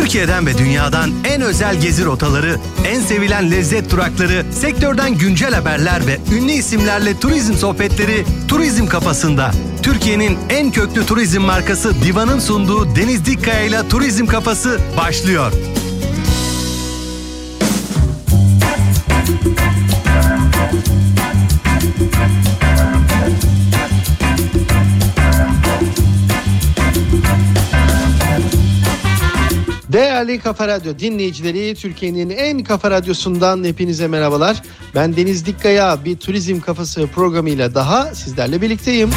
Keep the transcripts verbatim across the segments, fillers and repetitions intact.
Türkiye'den ve dünyadan en özel gezi rotaları, en sevilen lezzet durakları, sektörden güncel haberler ve ünlü isimlerle turizm sohbetleri Turizm Kafasında. Türkiye'nin en köklü turizm markası Diva'nın sunduğu Deniz Dikkaya ile Turizm Kafası başlıyor. Değerli Kafa Radyo dinleyicileri, Türkiye'nin en kafa radyosundan hepinize merhabalar. Ben Deniz Dikkaya, bir Turizm Kafası programıyla daha sizlerle birlikteyim.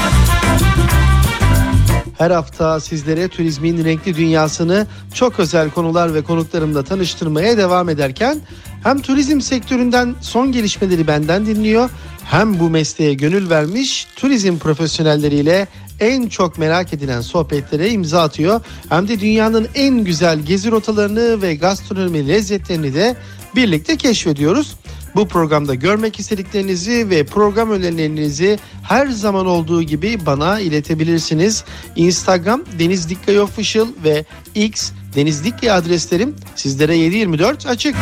Her hafta sizlere turizmin renkli dünyasını çok özel konular ve konuklarımla tanıştırmaya devam ederken hem turizm sektöründen son gelişmeleri benden dinliyor, hem bu mesleğe gönül vermiş turizm profesyonelleriyle en çok merak edilen sohbetlere imza atıyor. Hem de dünyanın en güzel gezi rotalarını ve gastronomi lezzetlerini de birlikte keşfediyoruz. Bu programda görmek istediklerinizi ve program önerilerinizi her zaman olduğu gibi bana iletebilirsiniz. Instagram Deniz Dikkaya Official ve X Deniz Dikkaya adreslerim sizlere yedi yirmi dört açık.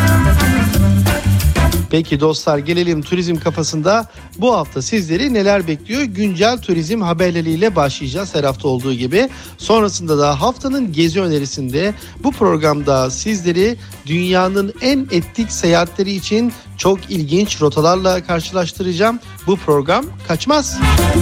Peki dostlar, gelelim Turizm Kafasında bu hafta sizleri neler bekliyor? Güncel turizm haberleriyle başlayacağız her hafta olduğu gibi. Sonrasında da haftanın gezi önerisinde bu programda sizleri dünyanın en etik seyahatleri için çok ilginç rotalarla karşılaştıracağım. Bu program kaçmaz.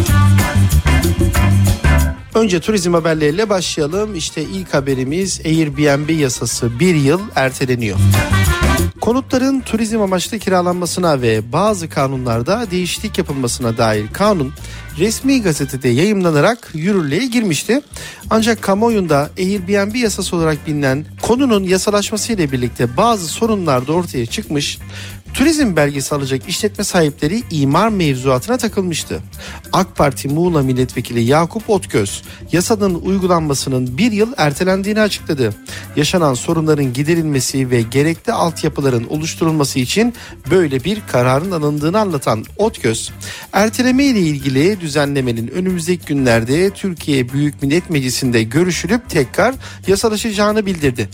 Önce turizm haberleriyle başlayalım. İşte ilk haberimiz, Airbnb yasası bir yıl erteleniyor. Konutların turizm amaçlı kiralanmasına ve bazı kanunlarda değişiklik yapılmasına dair kanun resmi gazetede yayımlanarak yürürlüğe girmişti. Ancak kamuoyunda Airbnb yasası olarak bilinen konunun yasalaşmasıyla birlikte bazı sorunlar da ortaya çıkmış. Turizm belgesi alacak işletme sahipleri imar mevzuatına takılmıştı. AK Parti Muğla Milletvekili Yakup Otgöz, yasanın uygulanmasının bir yıl ertelendiğini açıkladı. Yaşanan sorunların giderilmesi ve gerekli altyapıların oluşturulması için böyle bir kararın alındığını anlatan Otgöz, erteleme ile ilgili düzenlemenin önümüzdeki günlerde Türkiye Büyük Millet Meclisi'nde görüşülüp tekrar yasalaşacağını bildirdi.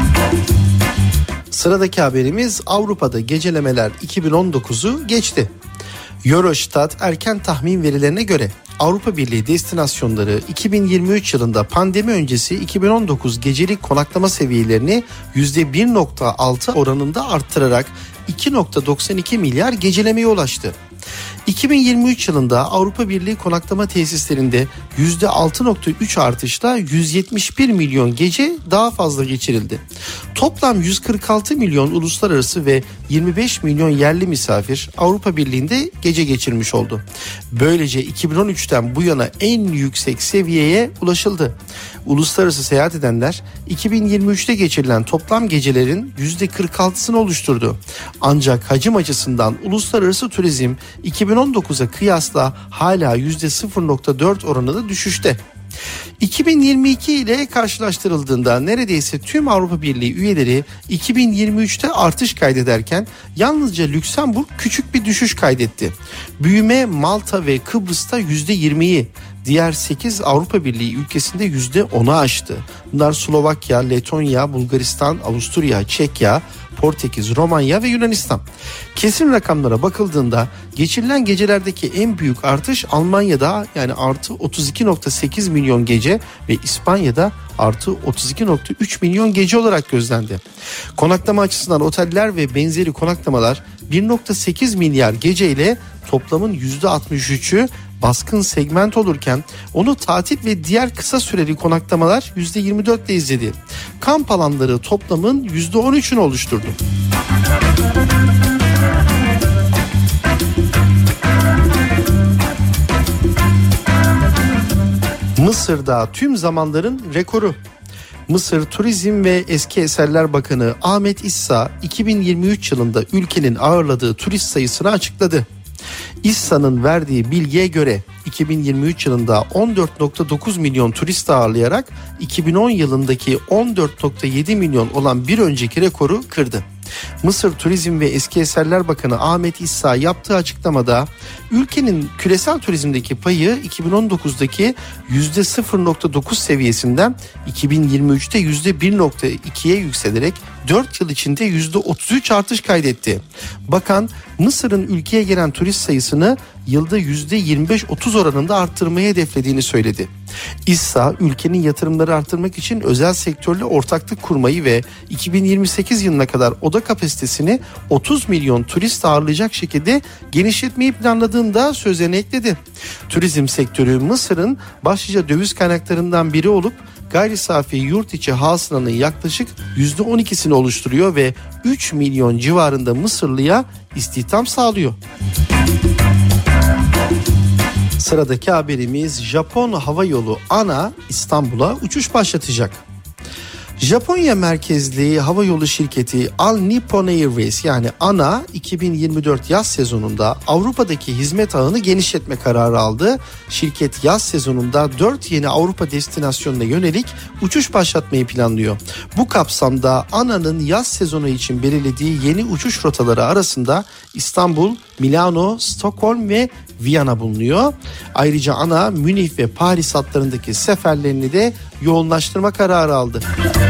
Sıradaki haberimiz, Avrupa'da gecelemeler iki bin on dokuzu geçti. Eurostat erken tahmin verilerine göre Avrupa Birliği destinasyonları iki bin yirmi üç yılında pandemi öncesi iki bin on dokuz gecelik konaklama seviyelerini yüzde bir virgül altı oranında arttırarak iki virgül doksan iki milyar gecelemeye ulaştı. iki bin yirmi üç yılında Avrupa Birliği konaklama tesislerinde yüzde altı virgül üç artışla yüz yetmiş bir milyon gece daha fazla geçirildi. Toplam yüz kırk altı milyon uluslararası ve yirmi beş milyon yerli misafir Avrupa Birliği'nde gece geçirmiş oldu. Böylece iki bin on üçten bu yana en yüksek seviyeye ulaşıldı. Uluslararası seyahat edenler iki bin yirmi üçte geçirilen toplam gecelerin yüzde kırk altısını oluşturdu. Ancak hacim açısından uluslararası turizm iki bin on dokuza kıyasla hala yüzde sıfır virgül dört oranında düşüşte. iki bin yirmi iki ile karşılaştırıldığında neredeyse tüm Avrupa Birliği üyeleri iki bin yirmi üçte artış kaydederken yalnızca Lüksemburg küçük bir düşüş kaydetti. Büyüme Malta ve Kıbrıs'ta yüzde yirmiyi, diğer sekiz Avrupa Birliği ülkesinde yüzde onu aştı. Bunlar Slovakya, Letonya, Bulgaristan, Avusturya, Çekya, Portekiz, Romanya ve Yunanistan. Kesin rakamlara bakıldığında geçirilen gecelerdeki en büyük artış Almanya'da, yani artı otuz iki virgül sekiz milyon gece ve İspanya'da artı otuz iki virgül üç milyon gece olarak gözlendi. Konaklama açısından oteller ve benzeri konaklamalar bir virgül sekiz milyar gece ile toplamın yüzde altmış üçü baskın segment olurken onu tatil ve diğer kısa süreli konaklamalar yüzde yirmi dört ile izledi. Kamp alanları toplamın yüzde on üçünü oluşturdu. Mısır'da tüm zamanların rekoru. Mısır Turizm ve Eski Eserler Bakanı Ahmet İssa iki bin yirmi üç yılında ülkenin ağırladığı turist sayısını açıkladı. İssa'nın verdiği bilgiye göre iki bin yirmi üç yılında on dört virgül dokuz milyon turist ağırlayarak iki bin on yılındaki on dört virgül yedi milyon olan bir önceki rekoru kırdı. Mısır Turizm ve Eski Eserler Bakanı Ahmet İssa yaptığı açıklamada ülkenin küresel turizmdeki payı iki bin on dokuzdaki yüzde sıfır virgül dokuz seviyesinden iki bin yirmi üçte yüzde bir virgül ikiye yükselerek dört yıl içinde yüzde otuz üç artış kaydetti. Bakan Mısır'ın ülkeye gelen turist sayısını yılda yüzde yirmi beş otuz oranında arttırmayı hedeflediğini söyledi. İssa ülkenin yatırımları arttırmak için özel sektörle ortaklık kurmayı ve iki bin yirmi sekiz yılına kadar oda kapasitesini otuz milyon turist ağırlayacak şekilde genişletmeyi planladığını da sözlerine ekledi. Turizm sektörü Mısır'ın başlıca döviz kaynaklarından biri olup gayri safi yurt içi hasılanın yaklaşık yüzde on ikisini oluşturuyor ve üç milyon civarında Mısırlıya istihdam sağlıyor. Sıradaki haberimiz Japon Havayolu ANA İstanbul'a uçuş başlatacak. Japonya merkezli havayolu şirketi All Nippon Airways yani ANA iki bin yirmi dört yaz sezonunda Avrupa'daki hizmet ağını genişletme kararı aldı. Şirket yaz sezonunda dört yeni Avrupa destinasyonuna yönelik uçuş başlatmayı planlıyor. Bu kapsamda ANA'nın yaz sezonu için belirlediği yeni uçuş rotaları arasında İstanbul, Milano, Stockholm ve Viyana bulunuyor. Ayrıca ANA Münih ve Paris hatlarındaki seferlerini de yoğunlaştırma kararı aldı.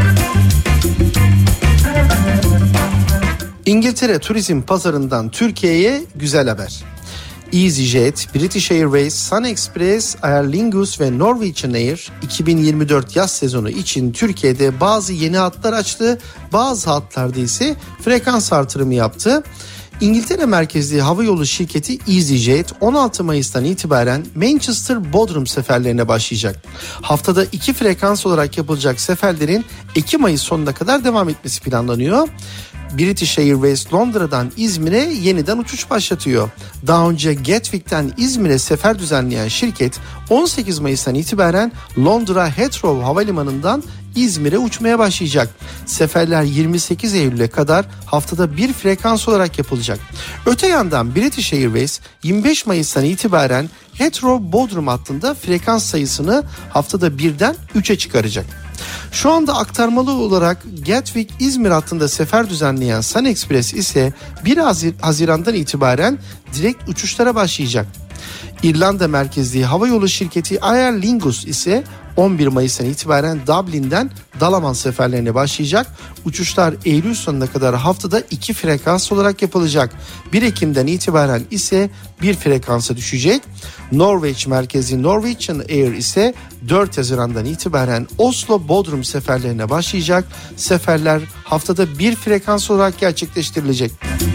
İngiltere turizm pazarından Türkiye'ye güzel haber. EasyJet, British Airways, Sun Express, Aer Lingus ve Norwegian Air iki bin yirmi dört yaz sezonu için Türkiye'de bazı yeni hatlar açtı. Bazı hatlarda ise frekans artırımı yaptı. İngiltere merkezli havayolu şirketi EasyJet on altı Mayıs'tan itibaren Manchester Bodrum seferlerine başlayacak. Haftada iki frekans olarak yapılacak seferlerin Ekim ayı sonuna kadar devam etmesi planlanıyor. British Airways Londra'dan İzmir'e yeniden uçuş başlatıyor. Daha önce Gatwick'ten İzmir'e sefer düzenleyen şirket on sekiz Mayıs'tan itibaren Londra Heathrow Havalimanı'ndan İzmir'e uçmaya başlayacak. Seferler yirmi sekiz Eylül'e kadar haftada bir frekans olarak yapılacak. Öte yandan British Airways yirmi beş Mayıs'tan itibaren Heathrow Bodrum hattında frekans sayısını haftada birden üçe çıkaracak. Şu anda aktarmalı olarak Gatwick İzmir hattında sefer düzenleyen Sun Express ise bir Haziran'dan itibaren direkt uçuşlara başlayacak. İrlanda merkezli havayolu şirketi Aer Lingus ise on bir Mayıs'tan itibaren Dublin'den Dalaman seferlerine başlayacak. Uçuşlar Eylül sonuna kadar haftada iki frekans olarak yapılacak. bir Ekim'den itibaren ise bir frekansa düşecek. Norveç merkezli Norwegian Air ise dört Haziran'dan itibaren Oslo Bodrum seferlerine başlayacak. Seferler haftada bir frekans olarak gerçekleştirilecek.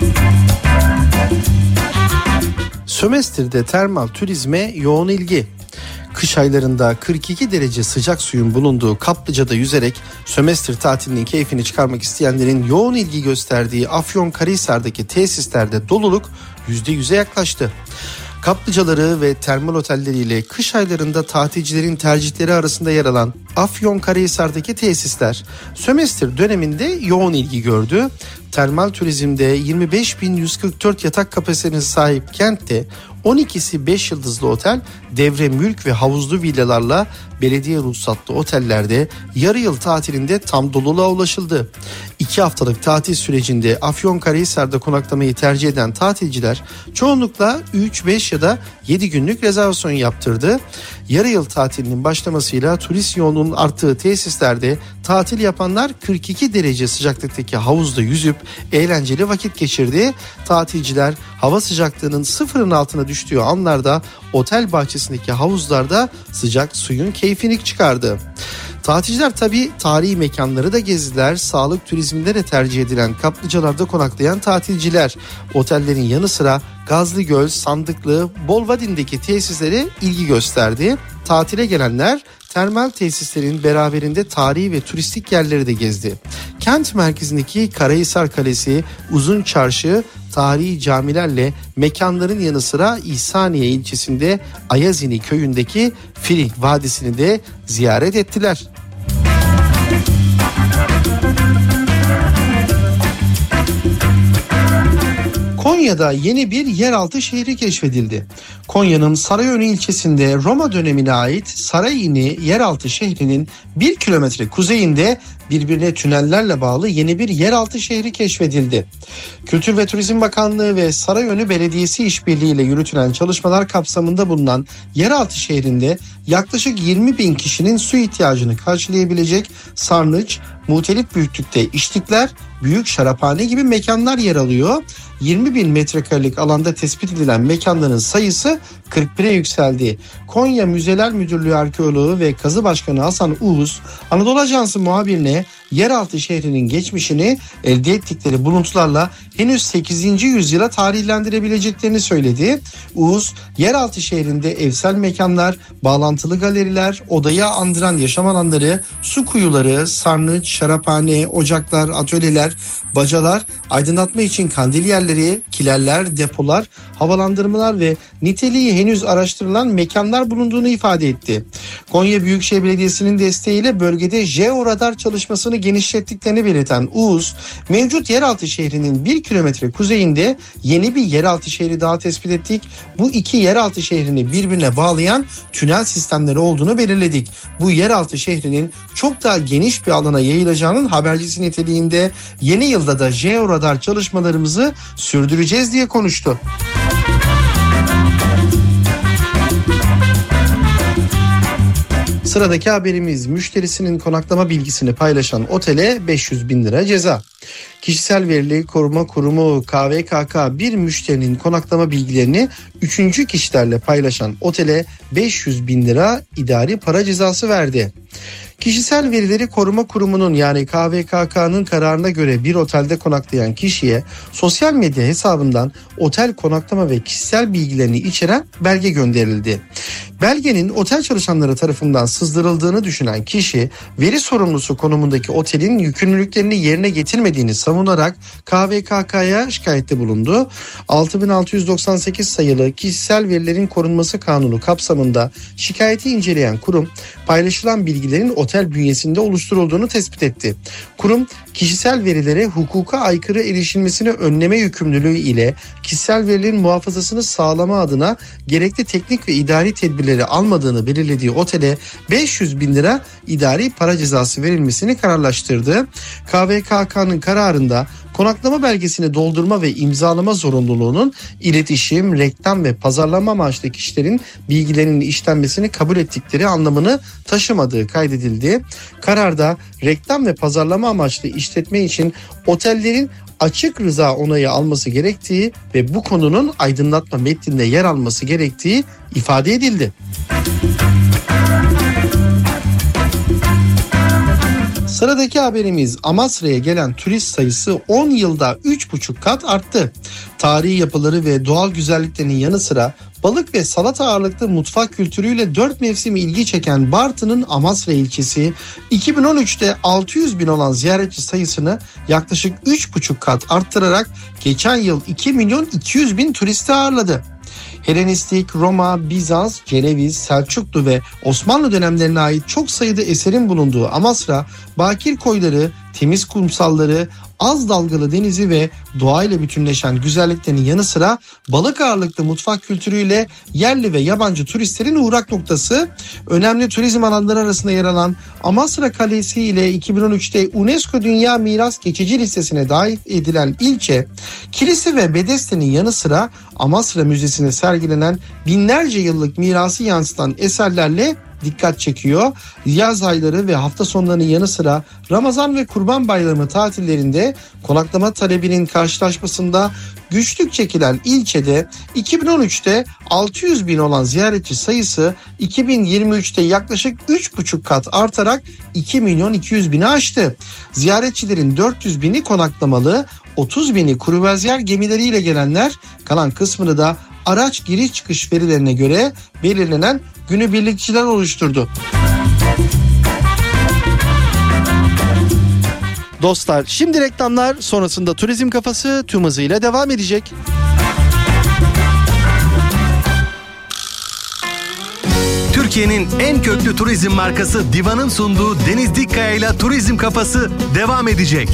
Sömestr'de termal turizme yoğun ilgi. Kış aylarında kırk iki derece sıcak suyun bulunduğu kaplıcada yüzerek sömestr tatilinin keyfini çıkarmak isteyenlerin yoğun ilgi gösterdiği Afyonkarahisar'daki tesislerde doluluk yüzde yüze yaklaştı. Kaplıcaları ve termal otelleriyle kış aylarında tatilcilerin tercihleri arasında yer alan Afyonkarahisar'daki tesisler sömestr döneminde yoğun ilgi gördü. Termal turizmde yirmi beş bin yüz kırk dört yatak kapasitesine sahip kentte on ikisi beş yıldızlı otel, devre mülk ve havuzlu villalarla belediye ruhsatlı otellerde yarı yıl tatilinde tam doluluğa ulaşıldı. iki haftalık tatil sürecinde Afyonkarahisar'da konaklamayı tercih eden tatilciler çoğunlukla üç, beş ya da yedi günlük rezervasyon yaptırdı. Yarı yıl tatilinin başlamasıyla turist yoğunluğunun arttığı tesislerde tatil yapanlar kırk iki derece sıcaklıktaki havuzda yüzüp eğlenceli vakit geçirdi. Tatilciler hava sıcaklığının sıfırın altına düştüğü anlarda otel bahçesindeki havuzlarda sıcak suyun keyfini çıkardı. Tatilciler tabii tarihi mekanları da gezdiler. Sağlık turizminde de tercih edilen kaplıcalarda konaklayan tatilciler otellerin yanı sıra Gazlıgöl, Sandıklı, Bolvadin'deki tesislere ilgi gösterdi. Tatile gelenler termal tesislerin beraberinde tarihi ve turistik yerleri de gezdi. Kent merkezindeki Karahisar Kalesi, Uzun Çarşı, tarihi camilerle mekanların yanı sıra İhsaniye ilçesinde Ayazini köyündeki Firik Vadisi'ni de ziyaret ettiler. Konya'da yeni bir yeraltı şehri keşfedildi. Konya'nın Sarayönü ilçesinde Roma dönemine ait Sarayini yeraltı şehrinin bir kilometre kuzeyinde birbirine tünellerle bağlı yeni bir yeraltı şehri keşfedildi. Kültür ve Turizm Bakanlığı ve Sarayönü Belediyesi işbirliğiyle yürütülen çalışmalar kapsamında bulunan yeraltı şehrinde yaklaşık yirmi bin kişinin su ihtiyacını karşılayabilecek sarnıç, muhtelif büyüklükte içlikler, büyük şaraphane gibi mekanlar yer alıyor. yirmi bin metrekarelik alanda tespit edilen mekanların sayısı kırk bire yükseldi. Konya Müzeler Müdürlüğü Arkeoloğu ve Kazı Başkanı Hasan Uğuz, Anadolu Ajansı muhabirine yeraltı şehrinin geçmişini elde ettikleri buluntularla henüz sekizinci yüzyıla tarihlendirebileceklerini söyledi. Uğuz, yeraltı şehrinde evsel mekanlar, bağlantılı galeriler, odayı andıran yaşam alanları, su kuyuları, sarnıç, şaraphane, ocaklar, atölyeler, bacalar, aydınlatma için kandil yerleri, kilerler, depolar, havalandırmalar ve niteliği henüz araştırılan mekanlar bulunduğunu ifade etti. Konya Büyükşehir Belediyesi'nin desteğiyle bölgede jeoradar çalışmasını genişlettiklerini belirten Uğuz, mevcut yeraltı şehrinin bir kilometre kuzeyinde yeni bir yeraltı şehri daha tespit ettik. Bu iki yeraltı şehrini birbirine bağlayan tünel sistemleri olduğunu belirledik. Bu yeraltı şehrinin çok daha geniş bir alana yayılacağının habercisi niteliğinde, yeni yılda da jeoradar çalışmalarımızı sürdüreceğiz diye konuştu. Sıradaki haberimiz, müşterisinin konaklama bilgisini paylaşan otele beş yüz bin lira ceza. Kişisel Verileri Koruma Kurumu K V K K bir müşterinin konaklama bilgilerini üçüncü kişilerle paylaşan otele beş yüz bin lira idari para cezası verdi. Kişisel Verileri Koruma Kurumu'nun yani K V K K'nın kararına göre bir otelde konaklayan kişiye sosyal medya hesabından otel konaklama ve kişisel bilgilerini içeren belge gönderildi. Belgenin otel çalışanları tarafından sızdırıldığını düşünen kişi, veri sorumlusu konumundaki otelin yükümlülüklerini yerine getirmediğini savunarak K V K K'ya şikayette bulundu. altı bin altı yüz doksan sekiz sayılı Kişisel Verilerin Korunması Kanunu kapsamında şikayeti inceleyen kurum, paylaşılan bilgilerin otel bünyesinde oluşturulduğunu tespit etti. Kurum, kişisel verilere hukuka aykırı erişilmesini önleme yükümlülüğü ile kişisel verilerin muhafazasını sağlama adına gerekli teknik ve idari tedbirleri almadığını belirlediği otele beş yüz bin lira idari para cezası verilmesini kararlaştırdı. K V K K'nın kararında konaklama belgesini doldurma ve imzalama zorunluluğunun iletişim, reklam ve pazarlama amaçlı kişilerin bilgilerinin işlenmesini kabul ettikleri anlamını taşımadığı kaydedildi. Kararda reklam ve pazarlama amaçlı işletme için otellerin açık rıza onayı alması gerektiği ve bu konunun aydınlatma metninde yer alması gerektiği ifade edildi. Sıradaki haberimiz, Amasra'ya gelen turist sayısı on yılda üç buçuk kat arttı. Tarihi yapıları ve doğal güzelliklerinin yanı sıra balık ve salata ağırlıklı mutfak kültürüyle dört mevsim ilgi çeken Bartın'ın Amasra ilçesi iki bin on üçte altı yüz bin olan ziyaretçi sayısını yaklaşık üç buçuk kat arttırarak geçen yıl iki milyon iki yüz bin turisti ağırladı. Helenistik, Roma, Bizans, Ceneviz, Selçuklu ve Osmanlı dönemlerine ait çok sayıda eserin bulunduğu Amasra, bakir koyları, temiz kumsalları, az dalgalı denizi ve doğayla bütünleşen güzelliklerinin yanı sıra balık ağırlıklı mutfak kültürüyle yerli ve yabancı turistlerin uğrak noktası. Önemli turizm alanları arasında yer alan Amasra Kalesi ile iki bin on üçte UNESCO Dünya Miras Geçici Listesi'ne dahil edilen ilçe, kilise ve bedestenin yanı sıra Amasra Müzesi'ne sergilenen binlerce yıllık mirası yansıtan eserlerle dikkat çekiyor. Yaz ayları ve hafta sonlarının yanı sıra Ramazan ve Kurban Bayramı tatillerinde konaklama talebinin karşılaşmasında güçlük çekilen ilçede iki bin on üçte altı yüz bin olan ziyaretçi sayısı iki bin yirmi üçte yaklaşık üç buçuk kat artarak iki milyon iki yüz bini aştı. Ziyaretçilerin dört yüz bini konaklamalı, otuz bini kruvazyer gemileriyle gelenler, kalan kısmını da araç giriş çıkış verilerine göre belirlenen günübirlikçiler oluşturdu. Dostlar, şimdi reklamlar, sonrasında Turizm Kafası tüm hızıyla devam edecek. Türkiye'nin en köklü turizm markası Diva'nın sunduğu Deniz Dikkaya ile Turizm Kafası devam edecek.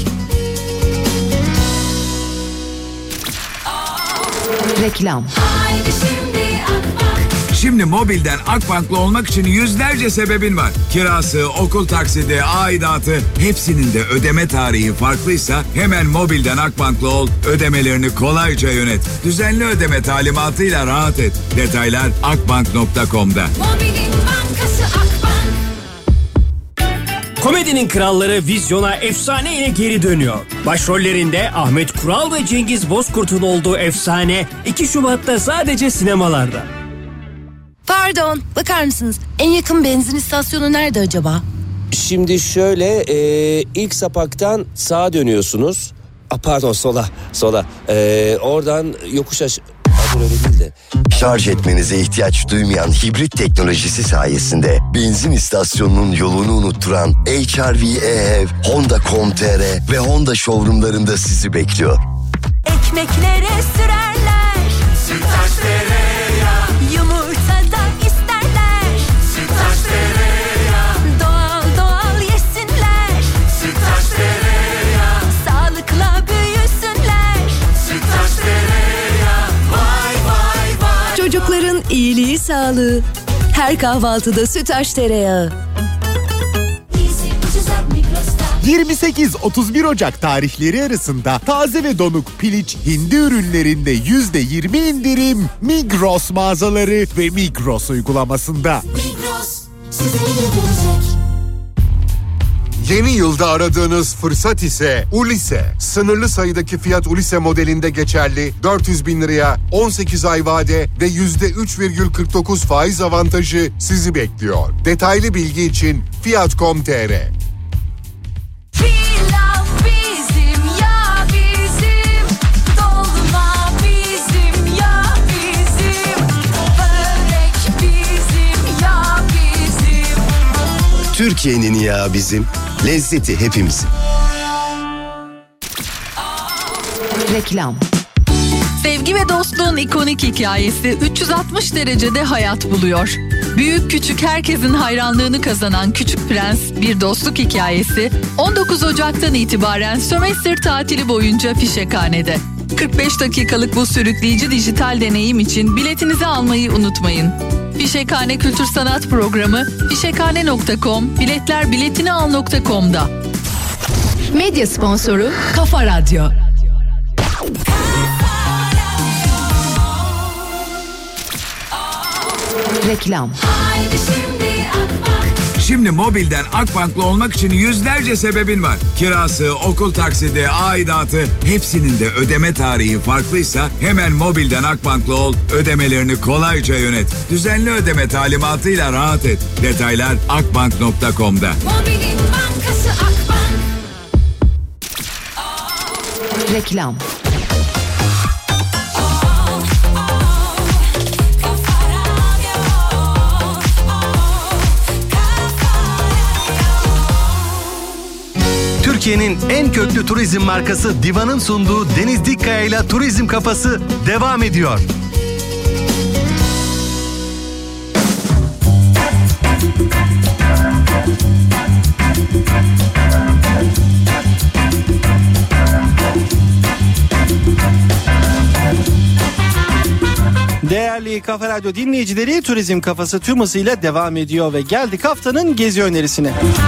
Reklam. Şimdi mobilden Akbank'la olmak için yüzlerce sebebin var. Kirası, okul taksidi, aidatı hepsinin de ödeme tarihi farklıysa hemen mobilden Akbank'la ol, ödemelerini kolayca yönet. Düzenli ödeme talimatıyla rahat et. Detaylar akbank nokta com'da. Mobilin bankası Akbank. Komedinin kralları vizyona efsane ile geri dönüyor. Başrollerinde Ahmet Kural ve Cengiz Bozkurt'un olduğu Efsane iki Şubat'ta sadece sinemalarda. Pardon, bakar mısınız? En yakın benzin istasyonu nerede acaba? Şimdi şöyle, e, ilk sapaktan sağa dönüyorsunuz. A, pardon sola, sola. E, oradan yokuş aşağı... Öyle değil de. Şarj etmenize ihtiyaç duymayan hibrit teknolojisi sayesinde benzin istasyonunun yolunu unutturan H R V e-Ev, Honda nokta com nokta t r ve Honda showroomlarında sizi bekliyor. Ekmeklere sürerler Sütaş tereyağı, yumurta da isterler Sütaş tereyağı, doğal doğal yesinler Sütaş tereyağı, sağlıkla büyüsünler Sütaş tereyağı, vay vay vay. Çocukların iyiliği, sağlığı. Her kahvaltıda Sütaş tereyağı. yirmi sekiz otuz bir Ocak tarihleri arasında taze ve donuk piliç hindi ürünlerinde yüzde yirmi indirim Migros mağazaları ve Migros uygulamasında. Migros sizi götürecek. Yeni yılda aradığınız fırsat ise Ulise. Sınırlı sayıdaki Fiat Ulise modelinde geçerli dört yüz bin liraya on sekiz ay vade ve yüzde üç virgül kırk dokuz faiz avantajı sizi bekliyor. Detaylı bilgi için fiyat nokta com nokta t r. Pilav bizim ya bizim, dolma bizim ya bizim, börek bizim ya bizim. Türkiye'nin ya bizim, lezzeti hepimizin. Reklam. Sevgi ve dostluğun ikonik hikayesi üç yüz altmış derecede hayat buluyor. Büyük küçük herkesin hayranlığını kazanan Küçük Prens bir dostluk hikayesi on dokuz Ocak'tan itibaren sömestr tatili boyunca Fişekhane'de. kırk beş dakikalık bu sürükleyici dijital deneyim için biletinizi almayı unutmayın. Fişekhane Kültür Sanat Programı fişekhane nokta com, biletler biletinial nokta com'da. Medya sponsoru Kafa Radyo. Reklam. Haydi şimdi Akbank. Şimdi mobilden Akbank'la olmak için yüzlerce sebebin var. Kirası, okul taksidi, aidatı hepsinin de ödeme tarihi farklıysa hemen mobilden Akbank'la ol, ödemelerini kolayca yönet. Düzenli ödeme talimatıyla rahat et. Detaylar akbank nokta com'da. Mobilin bankası Akbank. Reklam. Türkiye'nin en köklü turizm markası Diva'nın sunduğu Deniz Dikkaya ile Turizm Kafası devam ediyor. Değerli Kafa Radyo dinleyicileri, Turizm Kafası tüm hızıyla devam ediyor ve geldik haftanın gezi önerisine.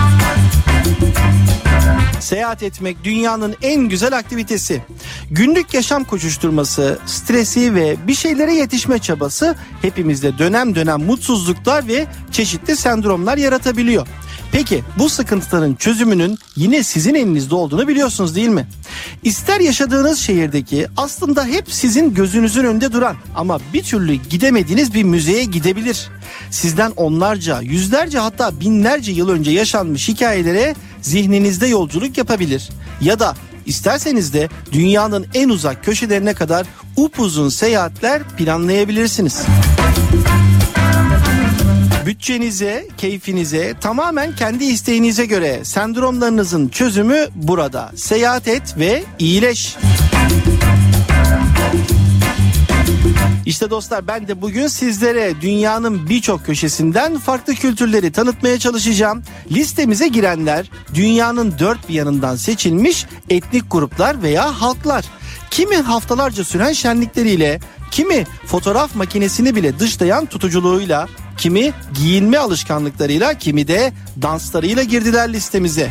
Seyahat etmek dünyanın en güzel aktivitesi. Günlük yaşam koşuşturması, stresi ve bir şeylere yetişme çabası hepimizde dönem dönem mutsuzluklar ve çeşitli sendromlar yaratabiliyor. Peki bu sıkıntıların çözümünün yine sizin elinizde olduğunu biliyorsunuz değil mi? İster yaşadığınız şehirdeki aslında hep sizin gözünüzün önünde duran ama bir türlü gidemediğiniz bir müzeye gidebilir. Sizden onlarca, yüzlerce hatta binlerce yıl önce yaşanmış hikayelere zihninizde yolculuk yapabilir. Ya da isterseniz de dünyanın en uzak köşelerine kadar upuzun seyahatler planlayabilirsiniz. Bütçenize, keyfinize, tamamen kendi isteğinize göre sendromlarınızın çözümü burada. Seyahat et ve iyileş. İşte dostlar, ben de bugün sizlere dünyanın birçok köşesinden farklı kültürleri tanıtmaya çalışacağım. Listemize girenler dünyanın dört bir yanından seçilmiş etnik gruplar veya halklar. Kimi haftalarca süren şenlikleriyle, Kimi fotoğraf makinesini bile dışlayan tutuculuğuyla, kimi giyinme alışkanlıklarıyla, kimi de danslarıyla girdiler listemize.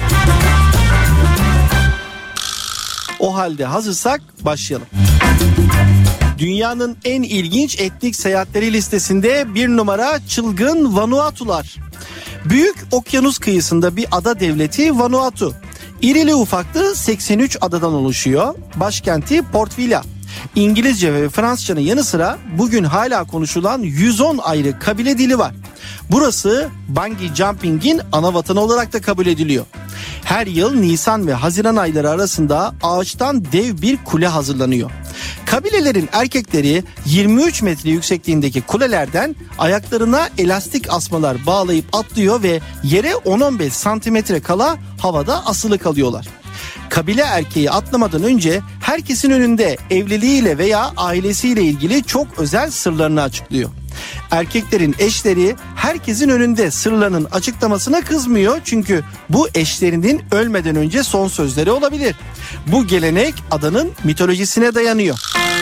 O halde hazırsak başlayalım. Dünyanın en ilginç etnik seyahatleri listesinde bir numara çılgın Vanuatular. Büyük okyanus kıyısında bir ada devleti Vanuatu. İrili ufaklı seksen üç adadan oluşuyor. Başkenti Port Vila. İngilizce ve Fransızcanın yanı sıra bugün hala konuşulan yüz on ayrı kabile dili var. Burası bungee jumping'in ana vatanı olarak da kabul ediliyor. Her yıl Nisan ve Haziran ayları arasında ağaçtan dev bir kule hazırlanıyor. Kabilelerin erkekleri yirmi üç metre yüksekliğindeki kulelerden ayaklarına elastik asmalar bağlayıp atlıyor ve yere on on beş santimetre kala havada asılı kalıyorlar. Kabile erkeği atlamadan önce herkesin önünde evliliğiyle veya ailesiyle ilgili çok özel sırlarını açıklıyor. Erkeklerin eşleri herkesin önünde sırlarının açıklamasına kızmıyor, çünkü bu eşlerinin ölmeden önce son sözleri olabilir. Bu gelenek adanın mitolojisine dayanıyor.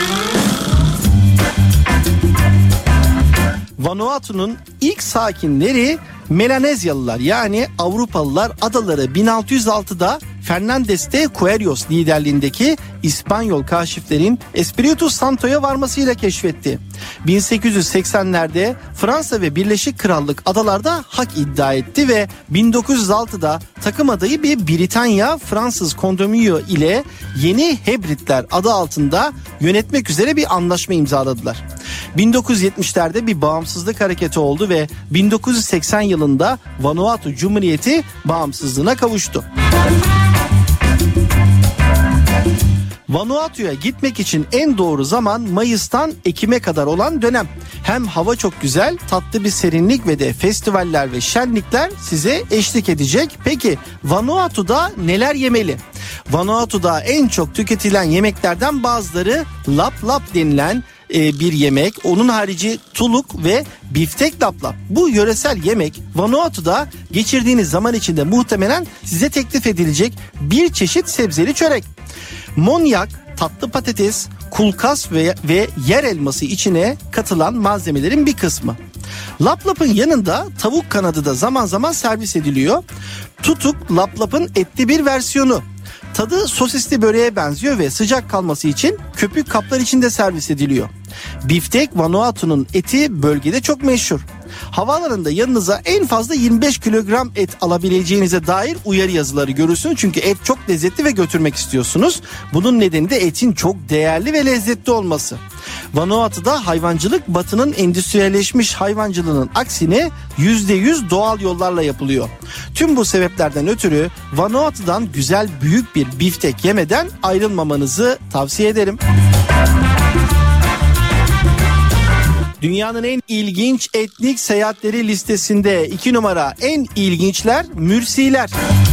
Vanuatu'nun ilk sakinleri Melanezyalılar, yani Avrupalılar adaları bin altı yüz altıda Fernandez de Queiroz liderliğindeki İspanyol kaşiflerin Espiritu Santo'ya varmasıyla keşfetti. bin sekiz yüz seksenlerde Fransa ve Birleşik Krallık adalarda hak iddia etti ve bin dokuz yüz altıda takım adayı bir Britanya Fransız kondominyo ile Yeni Hebritler adı altında yönetmek üzere bir anlaşma imzaladılar. bin dokuz yüz yetmişlerde bir bağımsızlık hareketi oldu ve bin dokuz yüz seksen yılında Vanuatu Cumhuriyeti bağımsızlığına kavuştu. Vanuatu'ya gitmek için en doğru zaman Mayıs'tan Ekim'e kadar olan dönem. Hem hava çok güzel, tatlı bir serinlik ve de festivaller ve şenlikler size eşlik edecek. Peki Vanuatu'da neler yemeli? Vanuatu'da en çok tüketilen yemeklerden bazıları lap lap denilen bir yemek. Onun harici tuluk ve biftek laplap. Bu yöresel yemek Vanuatu'da geçirdiğiniz zaman içinde muhtemelen size teklif edilecek bir çeşit sebzeli çörek. Monyak, tatlı patates, kulkas ve, ve yer elması içine katılan malzemelerin bir kısmı. Laplapın yanında tavuk kanadı da zaman zaman servis ediliyor. Tutuk laplapın etli bir versiyonu. Tadı sosisli böreğe benziyor ve sıcak kalması için köpük kaplar içinde servis ediliyor. Biftek Vanuatu'nun eti bölgede çok meşhur. Havaalanında yanınıza en fazla yirmi beş kilogram et alabileceğinize dair uyarı yazıları görürsünüz. Çünkü et çok lezzetli ve götürmek istiyorsunuz. Bunun nedeni de etin çok değerli ve lezzetli olması. Vanuatu'da hayvancılık batının endüstriyelleşmiş hayvancılığının aksine yüzde yüz doğal yollarla yapılıyor. Tüm bu sebeplerden ötürü Vanuatu'dan güzel büyük bir biftek yemeden ayrılmamanızı tavsiye ederim. Dünyanın en ilginç etnik seyahatleri listesinde iki numara en ilginçler Mürsiler.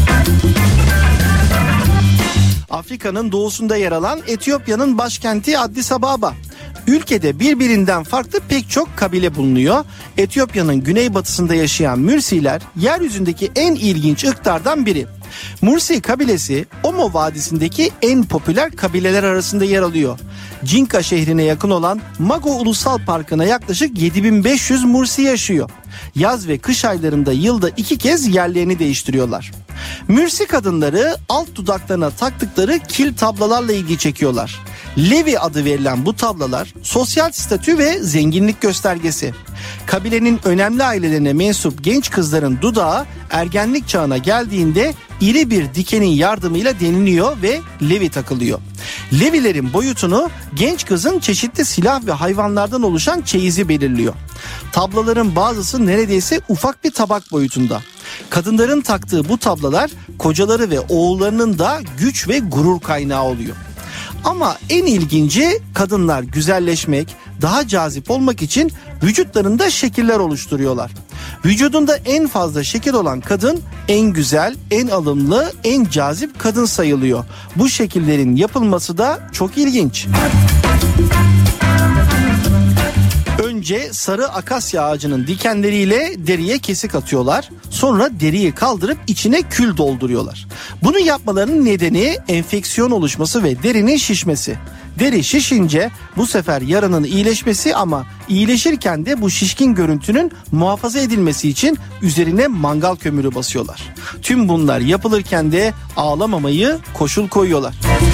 Afrika'nın doğusunda yer alan Etiyopya'nın başkenti Addis Ababa. Ülkede birbirinden farklı pek çok kabile bulunuyor. Etiyopya'nın güneybatısında yaşayan Mürsiler yeryüzündeki en ilginç ırklardan biri. Mursi kabilesi Omo Vadisi'ndeki en popüler kabileler arasında yer alıyor. Cinka şehrine yakın olan Mago Ulusal Parkı'na yaklaşık yedi bin beş yüz Mursi yaşıyor. Yaz ve kış aylarında yılda iki kez yerlerini değiştiriyorlar. Mürsi kadınları alt dudaklarına taktıkları kil tablalarla ilgi çekiyorlar. Levi adı verilen bu tablalar sosyal statü ve zenginlik göstergesi. Kabilenin önemli ailelerine mensup genç kızların dudağı ergenlik çağına geldiğinde iri bir dikenin yardımıyla deliniyor ve levi takılıyor. Levilerin boyutunu genç kızın çeşitli silah ve hayvanlardan oluşan çeyizi belirliyor. Tablaların bazısı neredeyse ufak bir tabak boyutunda. Kadınların taktığı bu tablalar kocaları ve oğullarının da güç ve gurur kaynağı oluyor. Ama en ilginci kadınlar güzelleşmek, daha cazip olmak için vücutlarında şekiller oluşturuyorlar. Vücudunda en fazla şekil olan kadın en güzel, en alımlı, en cazip kadın sayılıyor. Bu şekillerin yapılması da çok ilginç. Önce sarı akasya ağacının dikenleriyle deriye kesik atıyorlar. Sonra deriyi kaldırıp içine kül dolduruyorlar. Bunu yapmalarının nedeni enfeksiyon oluşması ve derinin şişmesi. Deri şişince bu sefer yaranın iyileşmesi ama iyileşirken de bu şişkin görüntünün muhafaza edilmesi için üzerine mangal kömürü basıyorlar. Tüm bunlar yapılırken de ağlamamayı koşul koyuyorlar.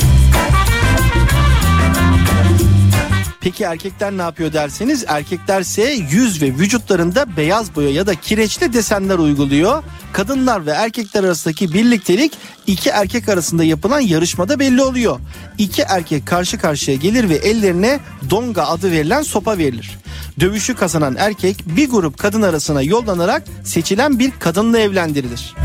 Peki erkekler ne yapıyor derseniz, erkeklerse yüz ve vücutlarında beyaz boya ya da kireçli desenler uyguluyor. Kadınlar ve erkekler arasındaki birliktelik iki erkek arasında yapılan yarışmada belli oluyor. İki erkek karşı karşıya gelir ve ellerine donga adı verilen sopa verilir. Dövüşü kazanan erkek bir grup kadın arasına yollanarak seçilen bir kadınla evlendirilir.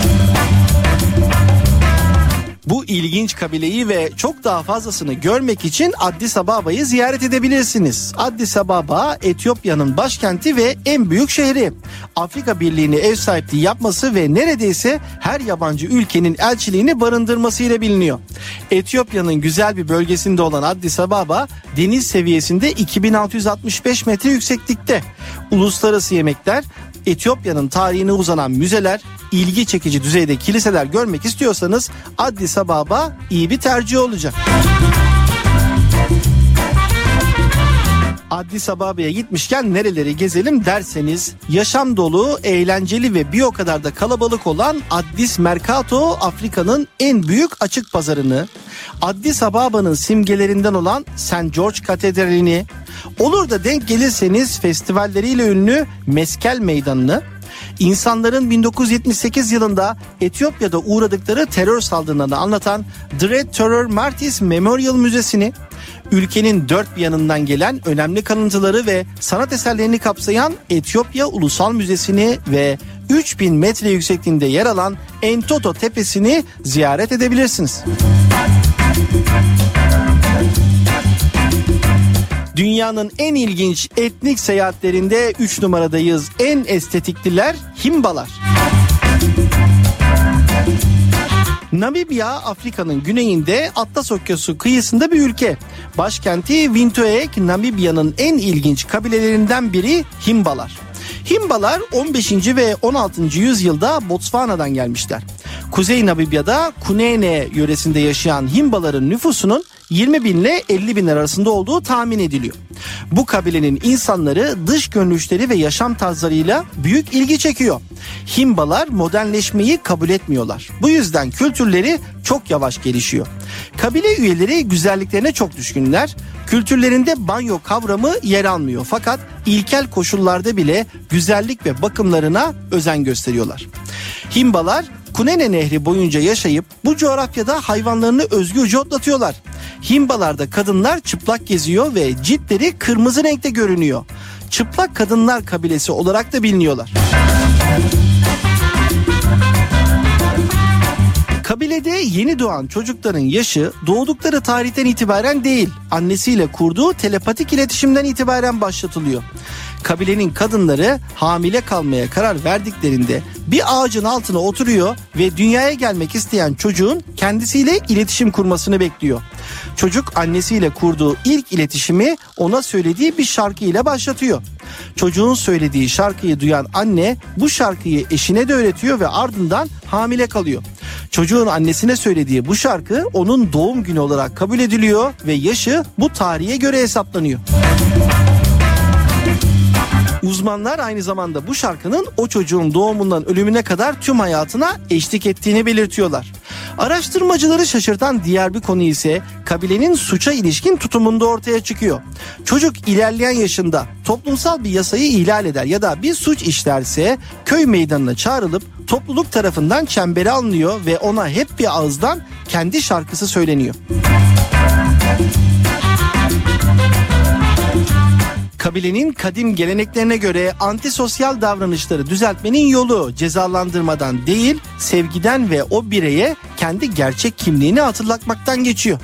Bu ilginç kabileyi ve çok daha fazlasını görmek için Addis Ababa'yı ziyaret edebilirsiniz. Addis Ababa, Etiyopya'nın başkenti ve en büyük şehri. Afrika Birliği'ne ev sahipliği yapması ve neredeyse her yabancı ülkenin elçiliğini barındırmasıyla biliniyor. Etiyopya'nın güzel bir bölgesinde olan Addis Ababa, deniz seviyesinde iki bin altı yüz altmış beş metre yükseklikte. Uluslararası yemekler, Etiyopya'nın tarihine uzanan müzeler, ilgi çekici düzeyde kiliseler görmek istiyorsanız Addis Ababa iyi bir tercih olacak. Addis Ababa'ya gitmişken nereleri gezelim derseniz, yaşam dolu, eğlenceli ve bir o kadar da kalabalık olan Addis Mercato, Afrika'nın en büyük açık pazarını, Addis Ababa'nın simgelerinden olan Saint George Katedrali'ni, olur da denk gelirseniz festivalleriyle ünlü Meskel Meydanı'nı, İnsanların bin dokuz yüz yetmiş sekiz yılında Etiyopya'da uğradıkları terör saldırılarını anlatan Dread Terror Martyrs Memorial Müzesi'ni, ülkenin dört bir yanından gelen önemli kalıntıları ve sanat eserlerini kapsayan Etiyopya Ulusal Müzesi'ni ve üç bin metre yüksekliğinde yer alan Entoto Tepesi'ni ziyaret edebilirsiniz. Dünyanın en ilginç etnik seyahatlerinde üç numaradayız. En estetikliler Himbalar. Namibya, Afrika'nın güneyinde Atlas Okyanusu kıyısında bir ülke. Başkenti Windhoek, Namibya'nın en ilginç kabilelerinden biri Himbalar. Himbalar on beşinci ve on altıncı yüzyılda Botswana'dan gelmişler. Kuzey Namibya'da Kunene yöresinde yaşayan Himbaların nüfusunun yirmi bin ile elli bin arasında olduğu tahmin ediliyor. Bu kabilenin insanları dış görünüşleri ve yaşam tarzlarıyla büyük ilgi çekiyor. Himbalar modernleşmeyi kabul etmiyorlar. Bu yüzden kültürleri çok yavaş gelişiyor. Kabile üyeleri güzelliklerine çok düşkünler. Kültürlerinde banyo kavramı yer almıyor. Fakat ilkel koşullarda bile güzellik ve bakımlarına özen gösteriyorlar. Himbalar Kunene Nehri boyunca yaşayıp bu coğrafyada hayvanlarını özgürce otlatıyorlar. Himbalarda kadınlar çıplak geziyor ve ciltleri kırmızı renkte görünüyor. Çıplak kadınlar kabilesi olarak da biliniyorlar. Kabilede yeni doğan çocukların yaşı doğdukları tarihten itibaren değil, annesiyle kurduğu telepatik iletişimden itibaren başlatılıyor. Kabilenin kadınları hamile kalmaya karar verdiklerinde bir ağacın altına oturuyor ve dünyaya gelmek isteyen çocuğun kendisiyle iletişim kurmasını bekliyor. Çocuk annesiyle kurduğu ilk iletişimi ona söylediği bir şarkı ile başlatıyor. Çocuğun söylediği şarkıyı duyan anne bu şarkıyı eşine de öğretiyor ve ardından hamile kalıyor. Çocuğun annesine söylediği bu şarkı onun doğum günü olarak kabul ediliyor ve yaşı bu tarihe göre hesaplanıyor. Uzmanlar aynı zamanda bu şarkının o çocuğun doğumundan ölümüne kadar tüm hayatına eşlik ettiğini belirtiyorlar. Araştırmacıları şaşırtan diğer bir konu ise kabilenin suça ilişkin tutumunda ortaya çıkıyor. Çocuk ilerleyen yaşında toplumsal bir yasayı ihlal eder ya da bir suç işlerse köy meydanına çağrılıp topluluk tarafından çembere alınıyor ve ona hep bir ağızdan kendi şarkısı söyleniyor. Kabilenin kadim geleneklerine göre antisosyal davranışları düzeltmenin yolu cezalandırmadan değil, sevgiden ve o bireye kendi gerçek kimliğini hatırlatmaktan geçiyor.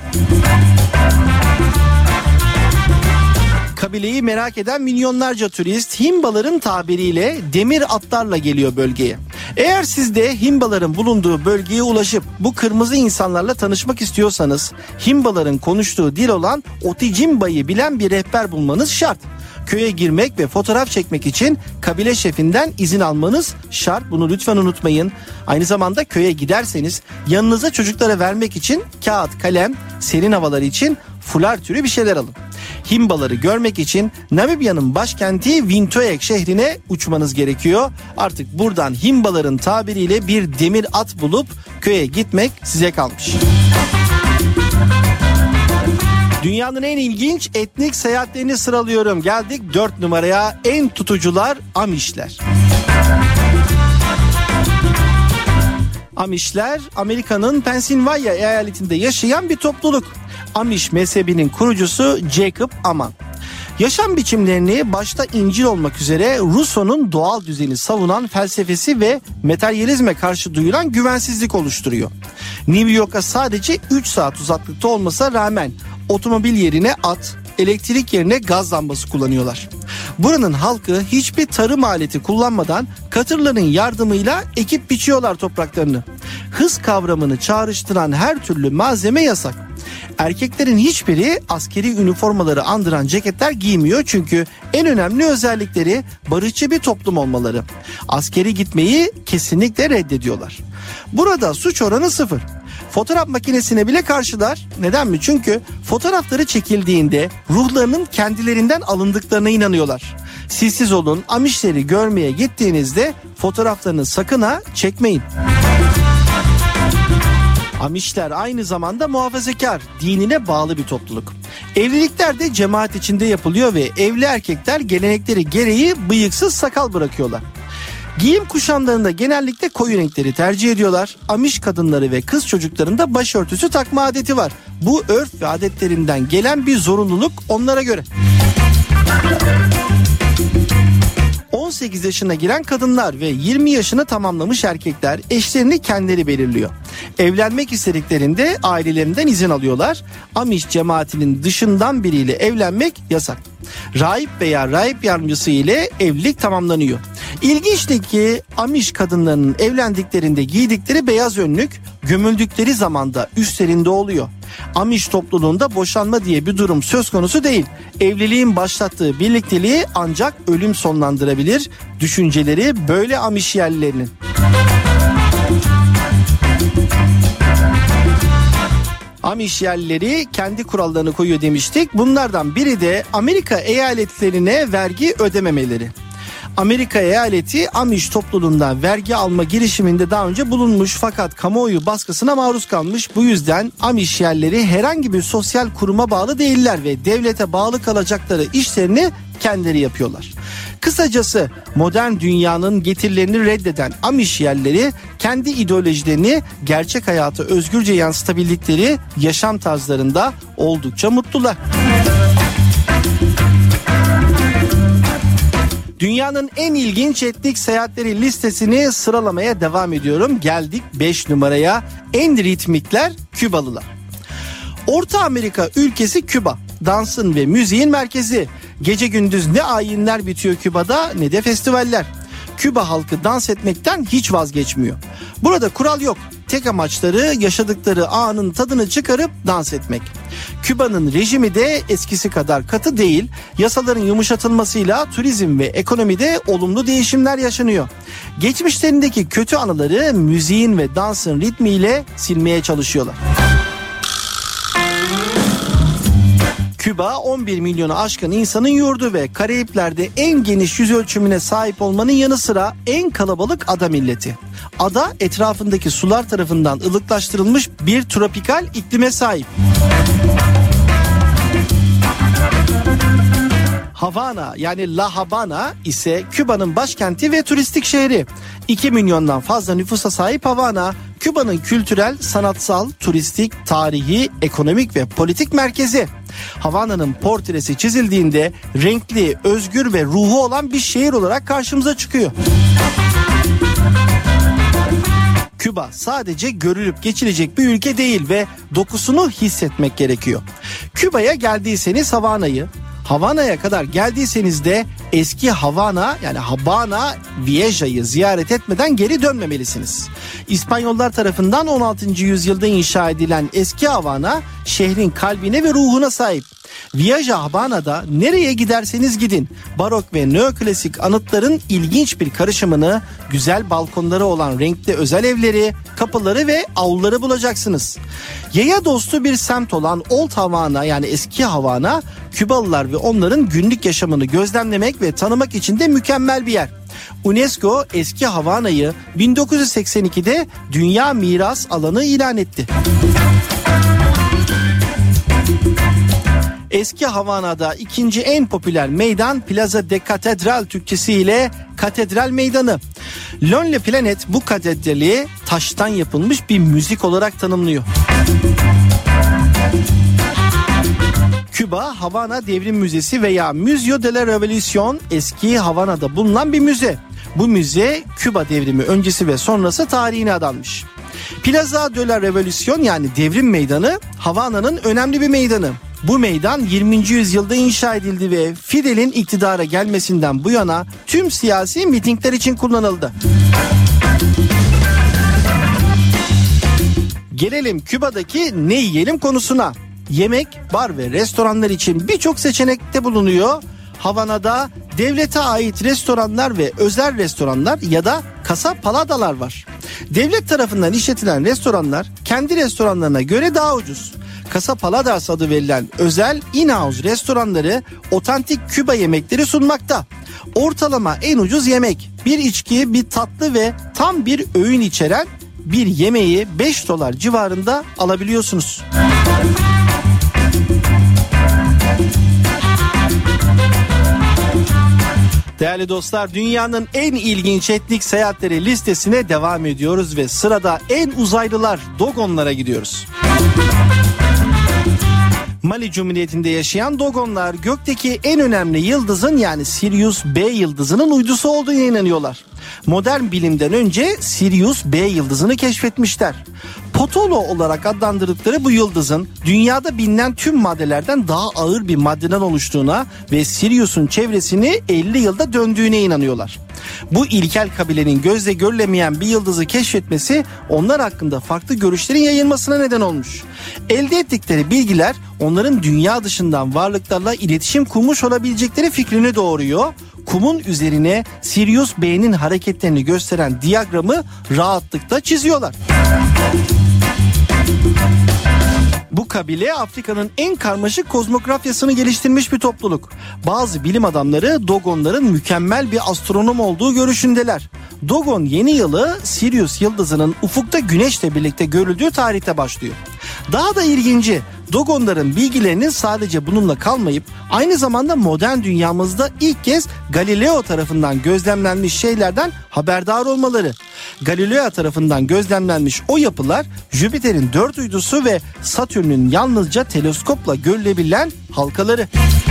Kabileyi merak eden milyonlarca turist Himbaların tabiriyle demir atlarla geliyor bölgeye. Eğer siz de Himbaların bulunduğu bölgeye ulaşıp bu kırmızı insanlarla tanışmak istiyorsanız Himbaların konuştuğu dil olan Otijimba'yı bilen bir rehber bulmanız şart. Köye girmek ve fotoğraf çekmek için kabile şefinden izin almanız şart. Bunu lütfen unutmayın. Aynı zamanda köye giderseniz yanınıza çocuklara vermek için kağıt, kalem, serin havalar için fular türü bir şeyler alın. Himbaları görmek için Namibya'nın başkenti Windhoek şehrine uçmanız gerekiyor. Artık buradan Himbaların tabiriyle bir demir at bulup köye gitmek size kalmış. Dünyanın en ilginç etnik seyahatlerini sıralıyorum. Geldik dört numaraya. En tutucular Amişler. Amişler Amerika'nın Pennsylvania eyaletinde yaşayan bir topluluk. Amish mezhebinin kurucusu Jacob Amman. Yaşam biçimlerini başta İncil olmak üzere Rousseau'nun doğal düzeni savunan felsefesi ve materyalizme karşı duyulan güvensizlik oluşturuyor. New York'a sadece üç saat uzaklıkta olmasına rağmen otomobil yerine at, elektrik yerine gaz lambası kullanıyorlar. Buranın halkı hiçbir tarım aleti kullanmadan katırların yardımıyla ekip biçiyorlar topraklarını. Hız kavramını çağrıştıran her türlü malzeme yasak. Erkeklerin hiçbiri askeri üniformaları andıran ceketler giymiyor çünkü en önemli özellikleri barışçı bir toplum olmaları. Askeri gitmeyi kesinlikle reddediyorlar. Burada suç oranı sıfır. Fotoğraf makinesine bile karşılar. Neden mi? Çünkü fotoğrafları çekildiğinde ruhlarının kendilerinden alındıklarına inanıyorlar. Siz siz olun, Amişleri görmeye gittiğinizde fotoğraflarını sakın ha çekmeyin. Amişler aynı zamanda muhafazakar, dinine bağlı bir topluluk. Evlilikler de cemaat içinde yapılıyor ve evli erkekler gelenekleri gereği bıyıksız sakal bırakıyorlar. Giyim kuşamlarında genellikle koyu renkleri tercih ediyorlar. Amish kadınları ve kız çocuklarında başörtüsü takma adeti var. Bu örf ve adetlerinden gelen bir zorunluluk onlara göre. on sekiz yaşına giren kadınlar ve yirmi yaşını tamamlamış erkekler eşlerini kendileri belirliyor. Evlenmek istediklerinde ailelerinden izin alıyorlar. Amish cemaatinin dışından biriyle evlenmek yasak. Rahip veya rahip yardımcısı ile evlilik tamamlanıyor. İlginçtir ki Amish kadınlarının evlendiklerinde giydikleri beyaz önlük gömüldükleri zamanda üstlerinde oluyor. Amish topluluğunda boşanma diye bir durum söz konusu değil. Evliliğin başlattığı birlikteliği ancak ölüm sonlandırabilir. Düşünceleri böyle Amish yerlilerinin. Amish yerlileri kendi kurallarını koyuyor demiştik. Bunlardan biri de Amerika eyaletlerine vergi ödememeleri. Amerika eyaleti Amish topluluğundan vergi alma girişiminde daha önce bulunmuş fakat kamuoyu baskısına maruz kalmış. Bu yüzden Amish yerleri herhangi bir sosyal kuruma bağlı değiller ve devlete bağlı kalacakları işlerini kendileri yapıyorlar. Kısacası modern dünyanın getirilerini reddeden Amish yerleri kendi ideolojilerini gerçek hayata özgürce yansıtabildikleri yaşam tarzlarında oldukça mutlular. Dünyanın en ilginç etnik seyahatleri listesini sıralamaya devam ediyorum. Geldik beş numaraya. En ritmikler Kübalılar. Orta Amerika ülkesi Küba. Dansın ve müziğin merkezi. Gece gündüz ne ayinler bitiyor Küba'da ne de festivaller. Küba halkı dans etmekten hiç vazgeçmiyor. Burada kural yok. Tek amaçları yaşadıkları anın tadını çıkarıp dans etmek. Küba'nın rejimi de eskisi kadar katı değil. Yasaların yumuşatılmasıyla turizm ve ekonomide olumlu değişimler yaşanıyor. Geçmişlerindeki kötü anıları müziğin ve dansın ritmiyle silmeye çalışıyorlar. Küba on bir milyonu aşkın insanın yurdu ve Karayipler'de en geniş yüz ölçümüne sahip olmanın yanı sıra en kalabalık ada milleti. Ada etrafındaki sular tarafından ılıklaştırılmış bir tropikal iklime sahip. Havana yani La Habana ise Küba'nın başkenti ve turistik şehri. iki milyondan fazla nüfusa sahip Havana, Küba'nın kültürel, sanatsal, turistik, tarihi, ekonomik ve politik merkezi. Havana'nın portresi çizildiğinde renkli, özgür ve ruhu olan bir şehir olarak karşımıza çıkıyor. Küba sadece görülüp geçilecek bir ülke değil ve dokusunu hissetmek gerekiyor. Küba'ya geldiyseniz Havana'yı, Havana'ya kadar geldiyseniz de eski Havana yani Habana Vieja'yı ziyaret etmeden geri dönmemelisiniz. İspanyollar tarafından on altıncı yüzyılda inşa edilen eski Havana şehrin kalbine ve ruhuna sahip. Villa Habana'da nereye giderseniz gidin barok ve neoklasik anıtların ilginç bir karışımını, güzel balkonları olan renkli özel evleri, kapıları ve avluları bulacaksınız. Yaya dostu bir semt olan Old Havana yani eski Havana, Kübalılar ve onların günlük yaşamını gözlemlemek ve tanımak için de mükemmel bir yer. UNESCO eski Havana'yı bin dokuz yüz seksen ikide Dünya Miras Alanı ilan etti. Eski Havana'da ikinci en popüler meydan Plaza de Catedral Türkçesiyle Katedral Meydanı. Lonely Planet bu katedrali taştan yapılmış bir müzik olarak tanımlıyor. Küba Havana Devrim Müzesi veya Museo de la Revolución eski Havana'da bulunan bir müze. Bu müze Küba devrimi öncesi ve sonrası tarihine adanmış. Plaza de la Revolución yani Devrim Meydanı Havana'nın önemli bir meydanı. Bu meydan yirminci yüzyılda inşa edildi ve Fidel'in iktidara gelmesinden bu yana tüm siyasi mitingler için kullanıldı. Gelelim Küba'daki ne yiyelim konusuna. Yemek, bar ve restoranlar için birçok seçenekte bulunuyor. Havana'da devlete ait restoranlar ve özel restoranlar ya da casa paladalar var. Devlet tarafından işletilen restoranlar kendi restoranlarına göre daha ucuz. Casa Paladas adı verilen özel in-house restoranları otantik Küba yemekleri sunmakta. Ortalama en ucuz yemek, bir içki, bir tatlı ve tam bir öğün içeren bir yemeği beş dolar civarında alabiliyorsunuz. Değerli dostlar, dünyanın en ilginç etnik seyahatleri listesine devam ediyoruz ve sırada en uzaylılar Dogonlara gidiyoruz. Mali Cumhuriyeti'nde yaşayan Dogonlar gökteki en önemli yıldızın yani Sirius B yıldızının uydusu olduğuna inanıyorlar. Modern bilimden önce Sirius B yıldızını keşfetmişler. Potolo olarak adlandırdıkları bu yıldızın dünyada bilinen tüm maddelerden daha ağır bir maddeden oluştuğuna ve Sirius'un çevresini elli yılda döndüğüne inanıyorlar. Bu ilkel kabilenin gözle görülemeyen bir yıldızı keşfetmesi onlar hakkında farklı görüşlerin yayılmasına neden olmuş. Elde ettikleri bilgiler onların dünya dışından varlıklarla iletişim kurmuş olabilecekleri fikrini doğuruyor. Kumun üzerine Sirius B'nin hareketlerini gösteren diyagramı rahatlıkla çiziyorlar. Bu kabile Afrika'nın en karmaşık kozmografyasını geliştirmiş bir topluluk. Bazı bilim adamları Dogonların mükemmel bir astronom olduğu görüşündeler. Dogon yeni yılı Sirius yıldızının ufukta güneşle birlikte görüldüğü tarihte başlıyor. Daha da ilginci, Dogonların bilgilerinin sadece bununla kalmayıp aynı zamanda modern dünyamızda ilk kez Galileo tarafından gözlemlenmiş şeylerden haberdar olmaları. Galileo tarafından gözlemlenmiş o yapılar Jüpiter'in dört uydusu ve Satürn'ün yalnızca teleskopla görülebilen halkaları.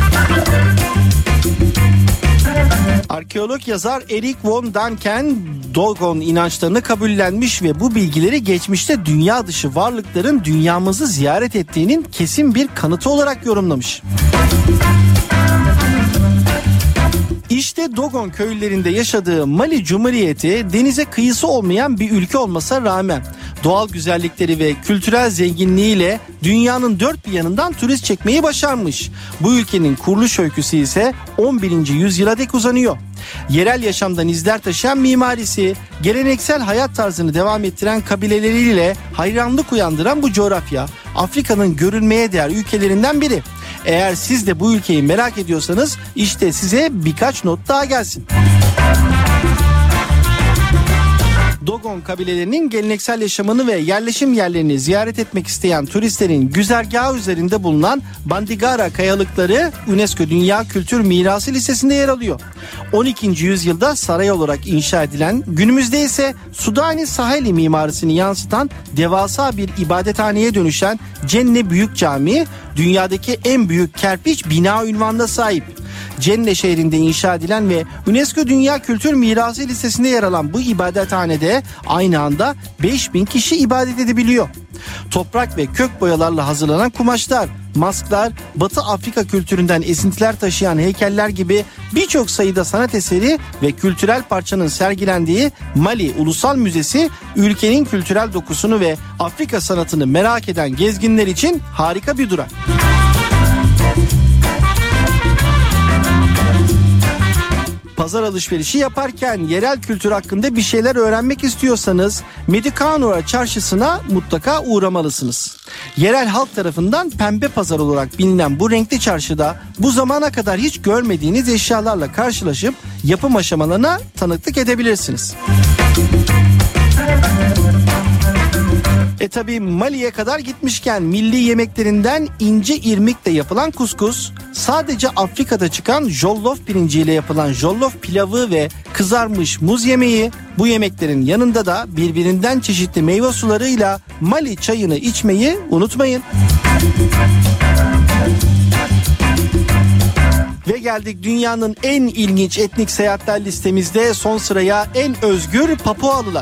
Arkeolog yazar Eric von Däniken Dogon inançlarını kabullenmiş ve bu bilgileri geçmişte dünya dışı varlıkların dünyamızı ziyaret ettiğinin kesin bir kanıtı olarak yorumlamış. İşte Dogon köylerinde yaşadığı Mali Cumhuriyeti denize kıyısı olmayan bir ülke olmasına rağmen doğal güzellikleri ve kültürel zenginliğiyle dünyanın dört bir yanından turist çekmeyi başarmış. Bu ülkenin kuruluş öyküsü ise on birinci yüzyıla dek uzanıyor. Yerel yaşamdan izler taşıyan mimarisi, geleneksel hayat tarzını devam ettiren kabileleriyle hayranlık uyandıran bu coğrafya Afrika'nın görülmeye değer ülkelerinden biri. Eğer siz de bu ülkeyi merak ediyorsanız işte size birkaç not daha gelsin. Dogon kabilelerinin geleneksel yaşamını ve yerleşim yerlerini ziyaret etmek isteyen turistlerin güzergahı üzerinde bulunan Bandigara kayalıkları UNESCO Dünya Kültür Mirası listesinde yer alıyor. on ikinci yüzyılda saray olarak inşa edilen, günümüzde ise Sudani Saheli mimarisini yansıtan devasa bir ibadethaneye dönüşen Cenne Büyük Camii, dünyadaki en büyük kerpiç bina unvanına sahip. Cenne şehrinde inşa edilen ve UNESCO Dünya Kültür Mirası listesinde yer alan bu ibadethanede aynı anda beş bin kişi ibadet edebiliyor. Toprak ve kök boyalarla hazırlanan kumaşlar, masklar, Batı Afrika kültüründen esintiler taşıyan heykeller gibi birçok sayıda sanat eseri ve kültürel parçanın sergilendiği Mali Ulusal Müzesi, ülkenin kültürel dokusunu ve Afrika sanatını merak eden gezginler için harika bir durak. Pazar alışverişi yaparken yerel kültür hakkında bir şeyler öğrenmek istiyorsanız Medicanora çarşısına mutlaka uğramalısınız. Yerel halk tarafından pembe pazar olarak bilinen bu renkli çarşıda bu zamana kadar hiç görmediğiniz eşyalarla karşılaşıp yapım aşamalarına tanıklık edebilirsiniz. E tabi Mali'ye kadar gitmişken milli yemeklerinden ince irmikle yapılan kuskus, sadece Afrika'da çıkan jollof pirinciyle yapılan jollof pilavı ve kızarmış muz yemeği, bu yemeklerin yanında da birbirinden çeşitli meyve sularıyla Mali çayını içmeyi unutmayın. Ve geldik dünyanın en ilginç etnik seyahatler listemizde son sıraya, en özgür Papualılar.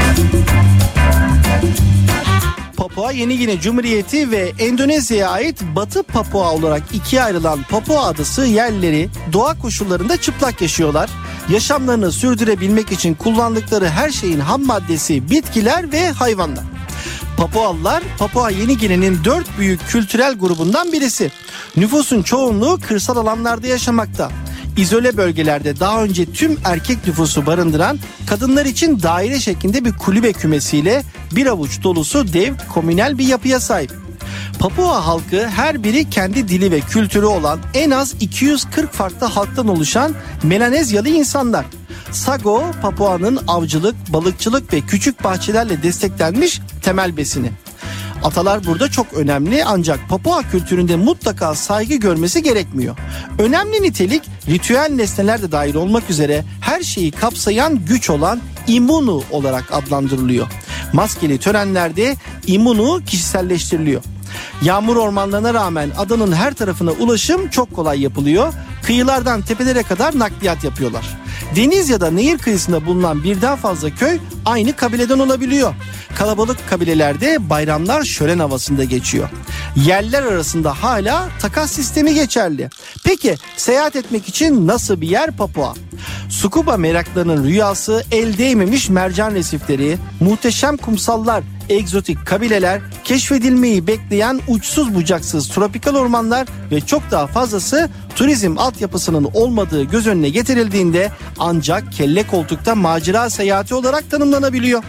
Papua Yeni Gine Cumhuriyeti ve Endonezya'ya ait Batı Papua olarak ikiye ayrılan Papua adası yerlileri doğa koşullarında çıplak yaşıyorlar. Yaşamlarını sürdürebilmek için kullandıkları her şeyin ham maddesi bitkiler ve hayvanlar. Papualılar, Papua Yeni Gine'nin dört büyük kültürel grubundan birisi. Nüfusun çoğunluğu kırsal alanlarda yaşamakta. İzole bölgelerde daha önce tüm erkek nüfusu barındıran, kadınlar için daire şeklinde bir kulübe kümesiyle bir avuç dolusu dev komünel bir yapıya sahip. Papua halkı her biri kendi dili ve kültürü olan en az iki yüz kırk farklı halktan oluşan Melanezyalı insanlar. Sago, Papua'nın avcılık, balıkçılık ve küçük bahçelerle desteklenmiş temel besini. Atalar burada çok önemli, ancak Papua kültüründe mutlaka saygı görmesi gerekmiyor. Önemli nitelik ritüel nesneler de dahil olmak üzere her şeyi kapsayan güç olan imunu olarak adlandırılıyor. Maskeli törenlerde imunu kişiselleştiriliyor. Yağmur ormanlarına rağmen adanın her tarafına ulaşım çok kolay yapılıyor. Kıyılardan tepelere kadar nakliyat yapıyorlar. Deniz ya da nehir kıyısında bulunan birden fazla köy aynı kabileden olabiliyor. Kalabalık kabilelerde bayramlar şölen havasında geçiyor. Yerliler arasında hala takas sistemi geçerli. Peki seyahat etmek için nasıl bir yer Papua? Scuba meraklarının rüyası, el değmemiş mercan resifleri, muhteşem kumsallar, egzotik kabileler, keşfedilmeyi bekleyen uçsuz bucaksız tropikal ormanlar ve çok daha fazlası turizm altyapısının olmadığı göz önüne getirildiğinde ancak kelle koltukta macera seyahati olarak tanımlanabiliyor.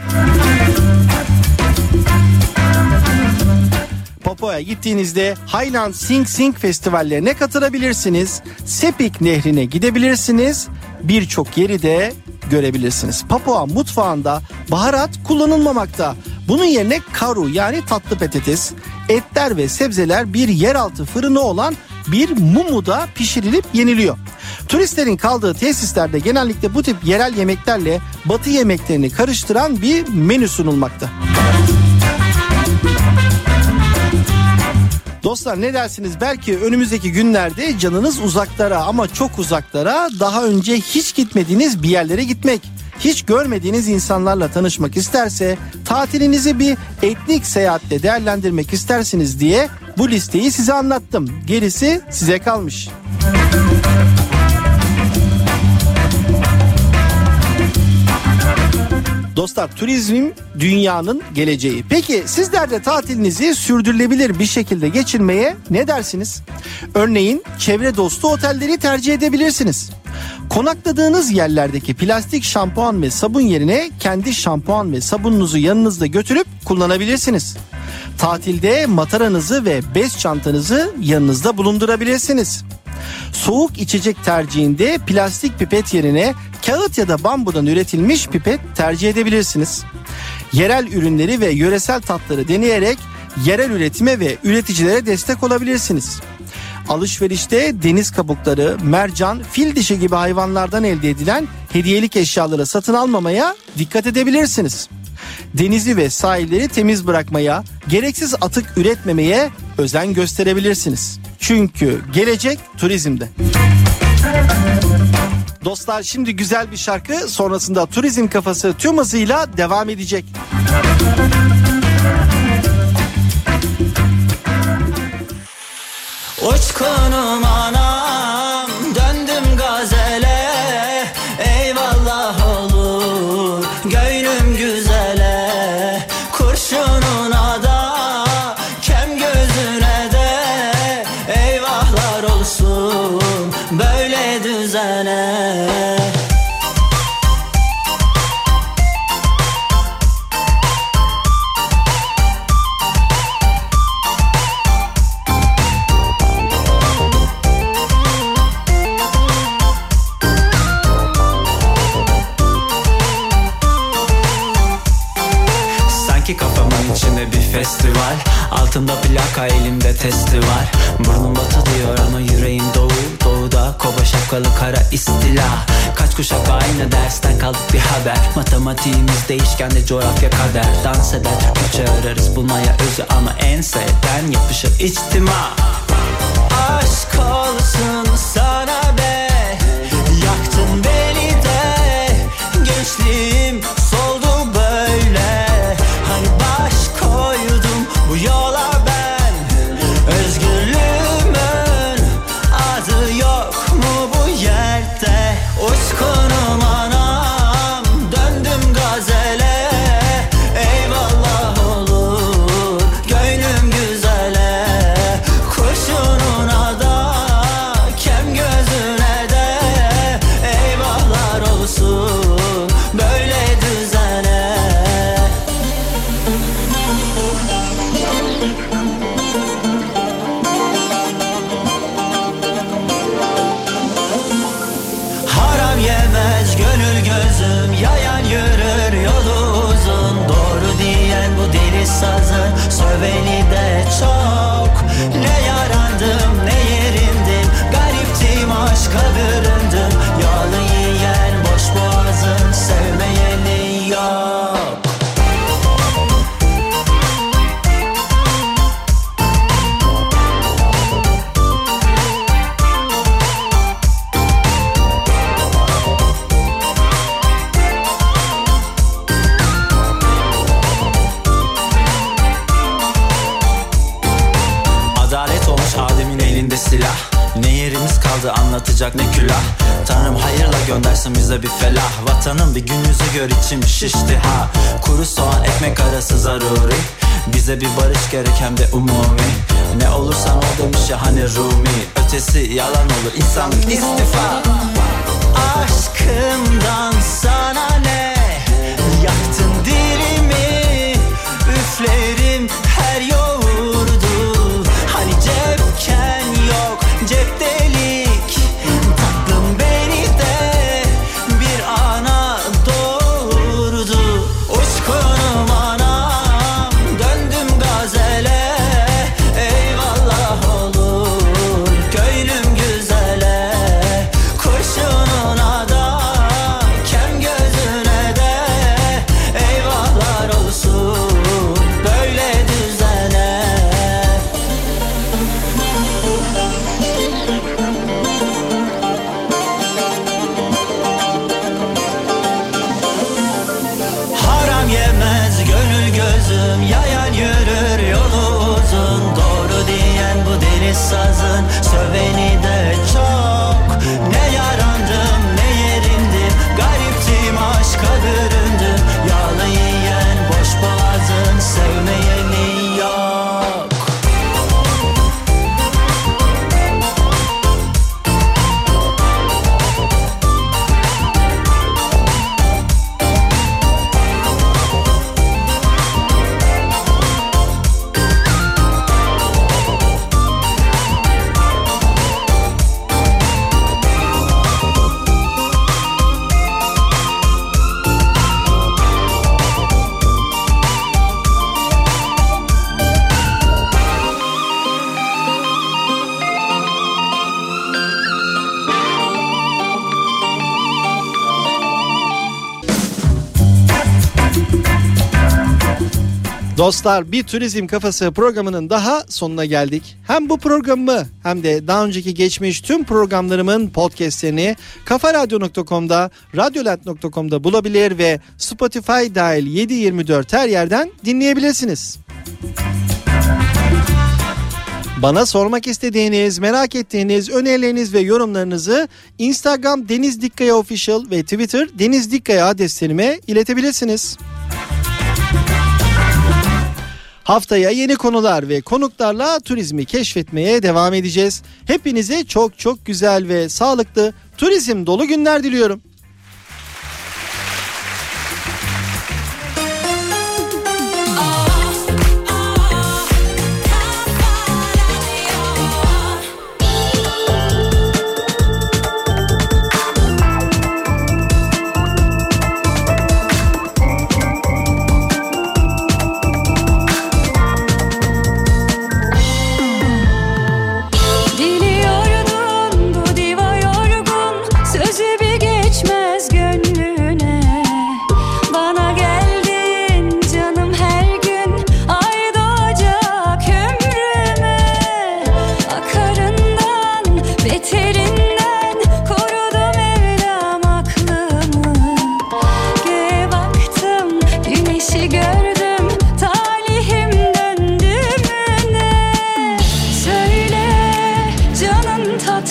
Papua'ya gittiğinizde Highland Sing Sing festivallerine katılabilirsiniz. Sepik Nehri'ne gidebilirsiniz. Birçok yeri de görebilirsiniz. Papua mutfağında baharat kullanılmamakta. Bunun yerine karu yani tatlı patates, etler ve sebzeler bir yeraltı fırını olan bir mumuda pişirilip yeniliyor. Turistlerin kaldığı tesislerde genellikle bu tip yerel yemeklerle batı yemeklerini karıştıran bir menü sunulmakta. Dostlar ne dersiniz? Belki önümüzdeki günlerde canınız uzaklara, ama çok uzaklara, daha önce hiç gitmediğiniz bir yerlere gitmek, hiç görmediğiniz insanlarla tanışmak isterse, tatilinizi bir etnik seyahatle değerlendirmek istersiniz diye bu listeyi size anlattım. Gerisi size kalmış. Dostlar, turizm dünyanın geleceği. Peki sizler de tatilinizi sürdürülebilir bir şekilde geçirmeye ne dersiniz? Örneğin çevre dostu otelleri tercih edebilirsiniz. Konakladığınız yerlerdeki plastik şampuan ve sabun yerine kendi şampuan ve sabununuzu yanınızda götürüp kullanabilirsiniz. Tatilde mataranızı ve bez çantanızı yanınızda bulundurabilirsiniz. Soğuk içecek tercihinde plastik pipet yerine kağıt ya da bambudan üretilmiş pipet tercih edebilirsiniz. Yerel ürünleri ve yöresel tatları deneyerek yerel üretime ve üreticilere destek olabilirsiniz. Alışverişte deniz kabukları, mercan, fil dişi gibi hayvanlardan elde edilen hediyelik eşyaları satın almamaya dikkat edebilirsiniz. Denizi ve sahilleri temiz bırakmaya, gereksiz atık üretmemeye özen gösterebilirsiniz. Çünkü gelecek turizmde. Dostlar, şimdi güzel bir şarkı, sonrasında turizm kafası tüm hızıyla devam edecek. Uçkunum anam, döndüm gazele, eyvallah olur gönlüm güzele. Kurşununa da kem gözüne de eyvahlar olsun böyle düzene. festival. Altımda plaka, elimde testi var. Burnum batı diyor ama yüreğim doğu. Doğuda kova şapkalı kara istila. Kaç kuşak aynı dersten kaldık bir haber. Matematiğimiz değişken de coğrafya kader. Dans eder Türkçe ararız bulmaya özü. Ama en sevden yapışır içtima. Aşk olsun sana be, yaktın beni de. Gençliğim soldu böyle. Hani baş koydum bu yola ben. Özgürlüğümün adı yok mu bu yerde? Uçkunum anam, döndüm gazele. Eyvallah olur gönlüm güzele. Kurşununa da kem gözüne de. Eyvahlar olsun böyle düzene. Haram yemez gönül gözüm, yayan yürür yolu uzun. Doğru diyen bu deli sazın, söveni de çok. Ne yarandım ne yerindim, gariptim aşka büründüm. Yağlı yiyen boş boğazın, sevmeyeni yok. Adalet olmuş Adem'in elinde silah. Ne yerimiz kaldı anlatacak ne külah. Tanrım hayırla göndersin bize bir felah. Vatanım bir gün yüzü gör içim şişti ha. Kuru soğan ekmek arası zaruri. Bize bir barış gerek hem de umumi. Ne olursan ol demiş ya hani Rumi. Ötesi yalan olur insanlık istifa. Aşkımdan sana ne? Yaktın dilimi, üflerim her yoğurdu. Hani cepken yok cep delik. Tatlım beni de bir ana doğurdu. Uçkunum anam, döndüm gazele. Eyvallah olur gönlüm güzele. Kurşununa da kem gözüne de. Eyvahlar olsun böyle düzene. Haram yemez gönül gözüm, yayan yürür yolu uzun. Doğru diyen bu deli sazın, söveni de çok. Ne yarandım ne yerindim, gariptim aşka büründüm. Yağlı yiyen boş boğazın, sevmeyeni yok. Dostlar, bir Turizm Kafası programının daha sonuna geldik. Hem bu programı hem de daha önceki geçmiş tüm programlarımın podcastlerini kafa radyo nokta com'da, radyoland nokta com'da bulabilir ve Spotify dahil yedi yirmi dört her yerden dinleyebilirsiniz. Bana sormak istediğiniz, merak ettiğiniz önerileriniz ve yorumlarınızı Instagram Deniz Dikkaya Official ve Twitter Deniz Dikkaya adreslerime iletebilirsiniz. Haftaya yeni konular ve konuklarla turizmi keşfetmeye devam edeceğiz. Hepinize çok çok güzel ve sağlıklı, turizm dolu günler diliyorum.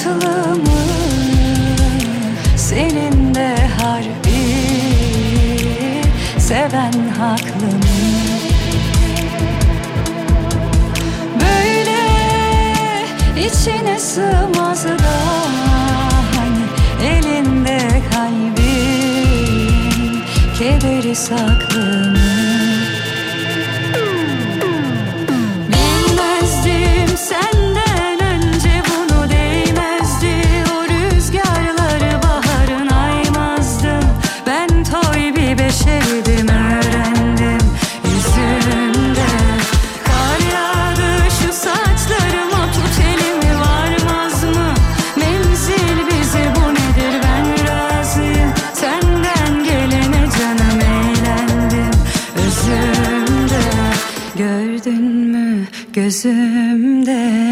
tatlı mı? Senin de harbi seven haklı mı? Böyle içine sığmaz da hani elinde kalbin kederi saklı mı? Bilmezdim senden önce bunu, değmezdi o rüzgarları, baharın aymazdım. Ben toy bir beşerdim, öğrendim yüzümde. Kar yağdı şu saçlarıma, tut elimi varmaz mı? Menzil bize bu nedir, ben razıyım. Senden gelene canım eğlendim özümde. Gördün mü gözümde?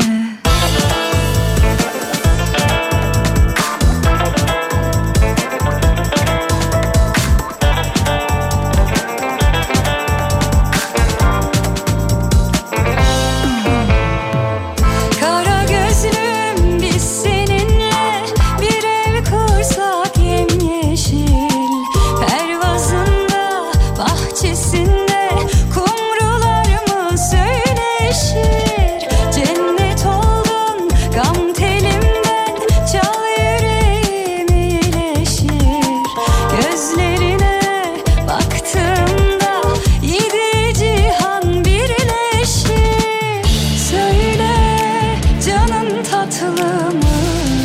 Kara gözlüm biz seninle bir ev kursak yemyeşil, pervazında bahçesinde kumrular mı söyleşir? Cennet oldun gam telimden, çal yüreğim iyileşir. Gözlerine baktığımda yedi cihan birleşir. Söyle canın tatlı mı?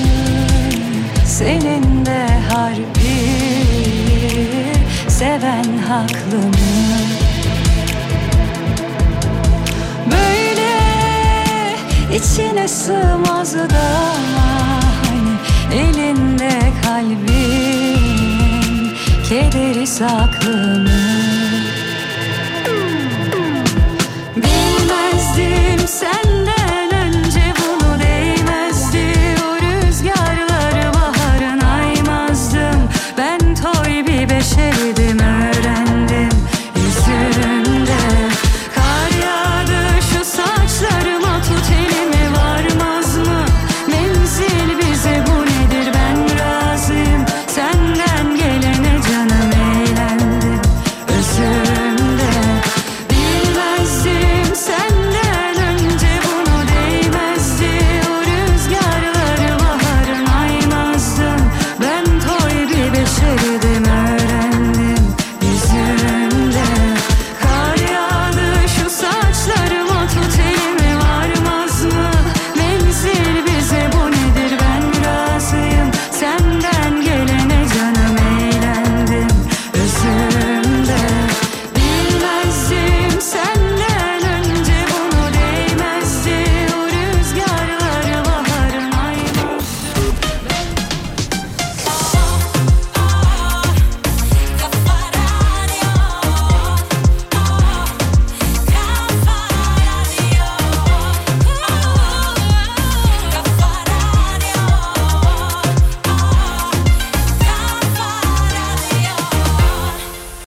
Senin de harbi seven haklı mı? Böyle içine sığmaz da hani elinde kalbin kederi saklı mı? Bilmezdim senden